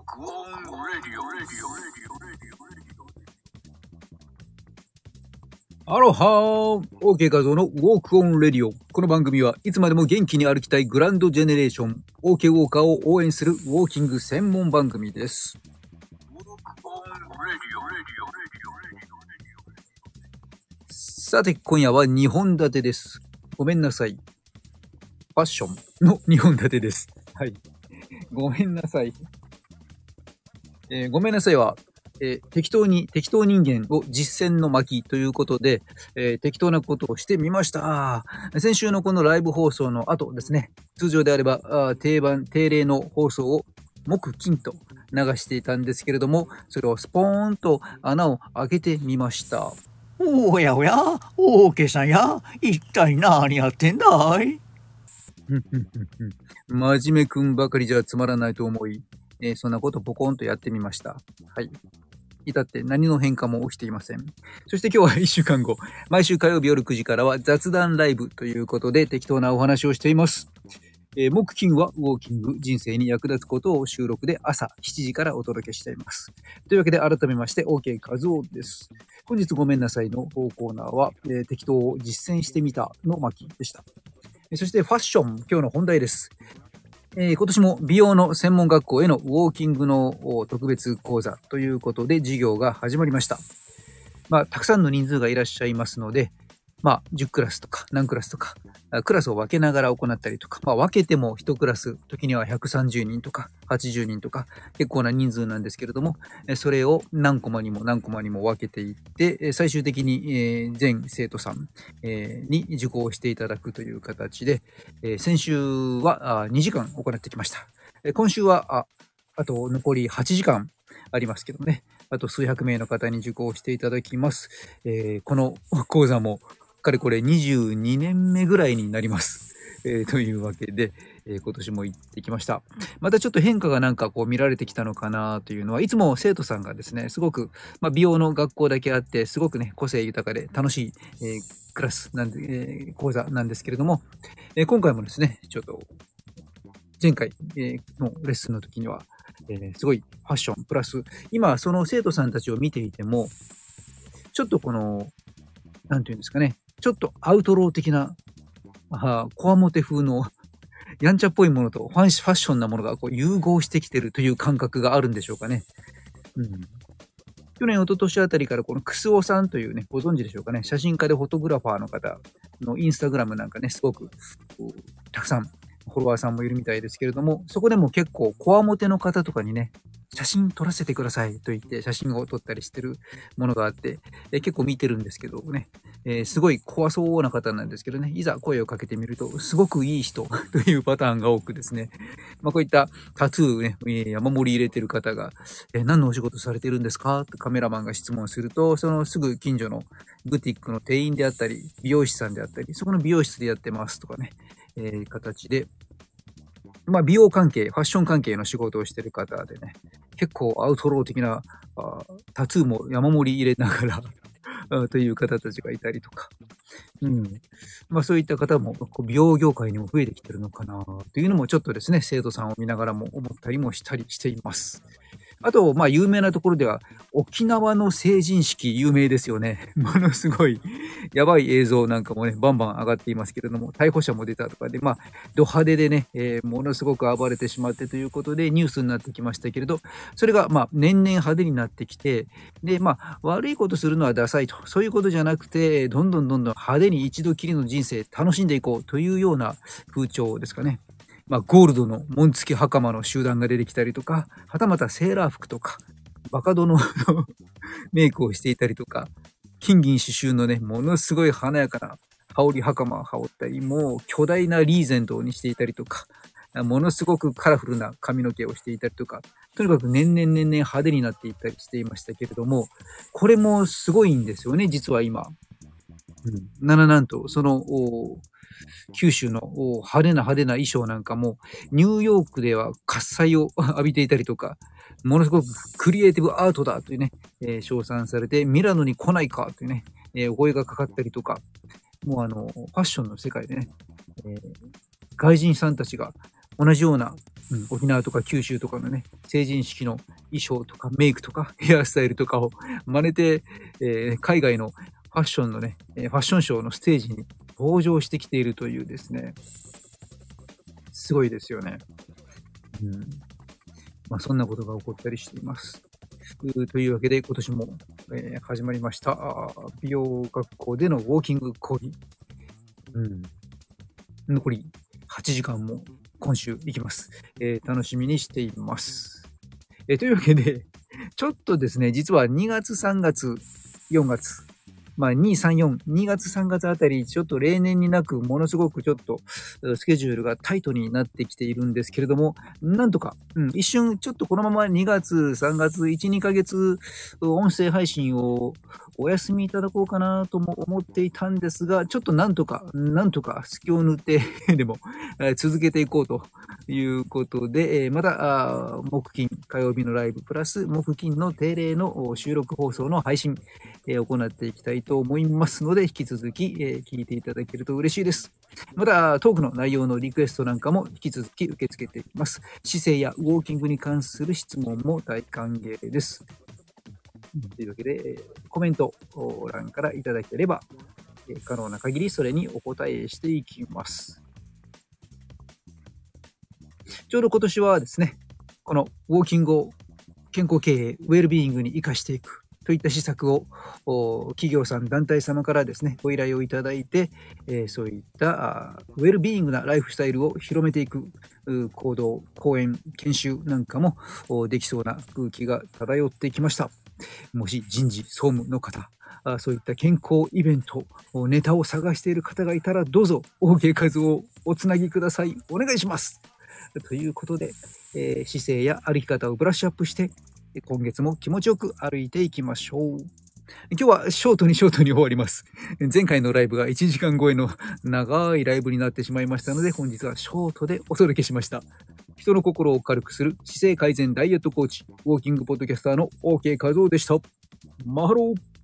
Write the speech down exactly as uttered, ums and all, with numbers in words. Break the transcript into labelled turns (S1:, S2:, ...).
S1: 録音レディオレディオレディオレディオレディオアロハー !OK 画像のウォークオンレディオ。この番組はいつまでも元気に歩きたいグランドジェネレーション OK ウォーカーを応援するウォーキング専門番組です。さて今夜はにほん立てです。ごめんなさい。ファッションのにほん立てです。はい。ごめんなさい。えー、ごめんなさいは、えー、適当に適当人間を実践の巻ということで、えー、適当なことをしてみました。先週のこのライブ放送の後ですね、通常であればあ定番定例の放送を木金と流していたんですけれども、それをスポーンと穴を開けてみました。
S2: おやおや、オーケーさんや、一体何やってんだい？
S1: 真面目くんばかりじゃつまらないと思い、えー、そんなことポコンとやってみました。はい。至って何の変化も起きていません。そして今日はいっしゅうかんご、毎週火曜日夜くじからは雑談ライブということで適当なお話をしています。えー、木金はウォーキング、人生に役立つことを収録で朝しちじからお届けしています。というわけで改めまして OK 和夫です。本日ごめんなさいのコーナーは、えー、適当を実践してみたの巻でした。そしてファッション、今日の本題です。えー、今年も美容の専門学校へのウォーキングの特別講座ということで授業が始まりました。まあ、たくさんの人数がいらっしゃいますので、まあ、じゅうクラスとか何クラスとか、クラスを分けながら行ったりとか、まあ、分けてもいちクラス、時にはひゃくさんじゅうにんとかはちじゅうにんとか、結構な人数なんですけれども、それを何コマにも何コマにも分けていって、最終的に全生徒さんに受講していただくという形で、先週はにじかん行ってきました。今週はあ、あと残りはちじかんありますけどね、あと数百名の方に受講していただきます。えー、この講座もかれこれにじゅうにねんめぐらいになります。えー、というわけで、えー、今年も行ってきました。またちょっと変化がなんかこう見られてきたのかなというのは、いつも生徒さんがですね、すごく、まあ、美容の学校だけあって、すごくね、個性豊かで楽しい、えー、クラスなんで、えー、講座なんですけれども、えー、今回もですね、ちょっと、前回、えー、のレッスンの時には、えー、すごいファッション、プラス、今、その生徒さんたちを見ていても、ちょっとこの、なんていうんですかね、ちょっとアウトロー的な、あコアモテ風のやんちゃっぽいものとファンファッションなものがこう融合してきてるという感覚があるんでしょうかね。うん、去年、一昨年あたりからこのクスオさんというね、ご存知でしょうかね、写真家でフォトグラファーの方のインスタグラムなんかね、すごくたくさんフォロワーさんもいるみたいですけれども、そこでも結構コアモテの方とかにね、写真撮らせてくださいと言って写真を撮ったりしてるものがあって、え結構見てるんですけどね、えー、すごい怖そうな方なんですけどね、いざ声をかけてみると、すごくいい人というパターンが多くですね、まあ、こういったタトゥーね、えー、山盛り入れてる方が、えー、何のお仕事されてるんですかとカメラマンが質問すると、そのすぐ近所のブティックの店員であったり、美容師さんであったり、そこの美容室でやってますとかね、えー、形で、まあ、美容関係、ファッション関係の仕事をしてる方でね、結構アウトロー的なあタトゥーも山盛り入れながらという方たちがいたりとか、うん。まあそういった方も美容業界にも増えてきてるのかなというのもちょっとですね、生徒さんを見ながらも思ったりもしたりしています。あと、まあ、有名なところでは、沖縄の成人式有名ですよね。ものすごい、やばい映像なんかもね、バンバン上がっていますけれども、逮捕者も出たとかで、まあ、ド派手でね、えー、ものすごく暴れてしまってということで、ニュースになってきましたけれど、それが、まあ、年々派手になってきて、で、まあ、悪いことするのはダサいと、そういうことじゃなくて、どんどんどんどん派手に一度きりの人生楽しんでいこうというような風潮ですかね。まあ、ゴールドの紋付き袴の集団が出てきたりとか、はたまたセーラー服とか、バカ殿のメイクをしていたりとか、金銀刺繍のね、ものすごい華やかな羽織袴を羽織ったり、もう巨大なリーゼントにしていたりとか、ものすごくカラフルな髪の毛をしていたりとか、とにかく年々年々派手になっていったりしていましたけれども、これもすごいんですよね、実は今。うん、なななんと、その、九州の派手な派手な衣装なんかも、ニューヨークでは喝采を浴びていたりとか、ものすごくクリエイティブアートだというね、えー、称賛されて、ミラノに来ないかというね、えー、お声がかかったりとか、もうあの、ファッションの世界でね、えー、外人さんたちが同じような、うん、沖縄とか九州とかのね、成人式の衣装とかメイクとかヘアスタイルとかを真似て、えー、海外のファッションのね、ファッションショーのステージに登場してきているというですね、すごいですよね。うん、まあ、そんなことが起こったりしています。というわけで今年も、えー、始まりました美容学校でのウォーキング講義。うん、残りはちじかんも今週行きます。えー、楽しみにしています。えー、というわけで、ちょっとですね、実はにがつ、さんがつ、よんがつ、まあ、に、さん、よん、にがつ、さんがつあたり、ちょっと例年になく、ものすごくちょっと、スケジュールがタイトになってきているんですけれども、なんとか、うん、一瞬、ちょっとこのままにがつ、さんがつ、いち、にかげつ、音声配信をお休みいただこうかなとも思っていたんですが、ちょっとなんとか、なんとか隙を塗ってでも、続けていこうということで、また、木金、火曜日のライブ、プラス木金の定例の収録放送の配信、行っていきたいと思いますので、引き続き聞いていただけると嬉しいです。また、トークの内容のリクエストなんかも引き続き受け付けていきます。姿勢やウォーキングに関する質問も大歓迎です。というわけで、コメント欄からいただければ、可能な限りそれにお答えしていきます。ちょうど今年はですね、このウォーキングを健康経営、ウェルビーイングに活かしていくといった施策を企業さん、団体様からですね、ご依頼をいただいて、えー、そういったウェルビーイングなライフスタイルを広めていく行動、講演、研修なんかもできそうな空気が漂ってきました。もし人事、総務の方、そういった健康イベント、ネタを探している方がいたらどうぞ OK 数をおつなぎください。お願いします。ということで、えー、姿勢や歩き方をブラッシュアップして、今月も気持ちよく歩いていきましょう。今日はショートにショートに終わります。前回のライブがいちじかん超えの長いライブになってしまいましたので、本日はショートでお届けしました。人の心を軽くする姿勢改善ダイエットコーチ、ウォーキングポッドキャスターの OK 和夫でした。マハロー。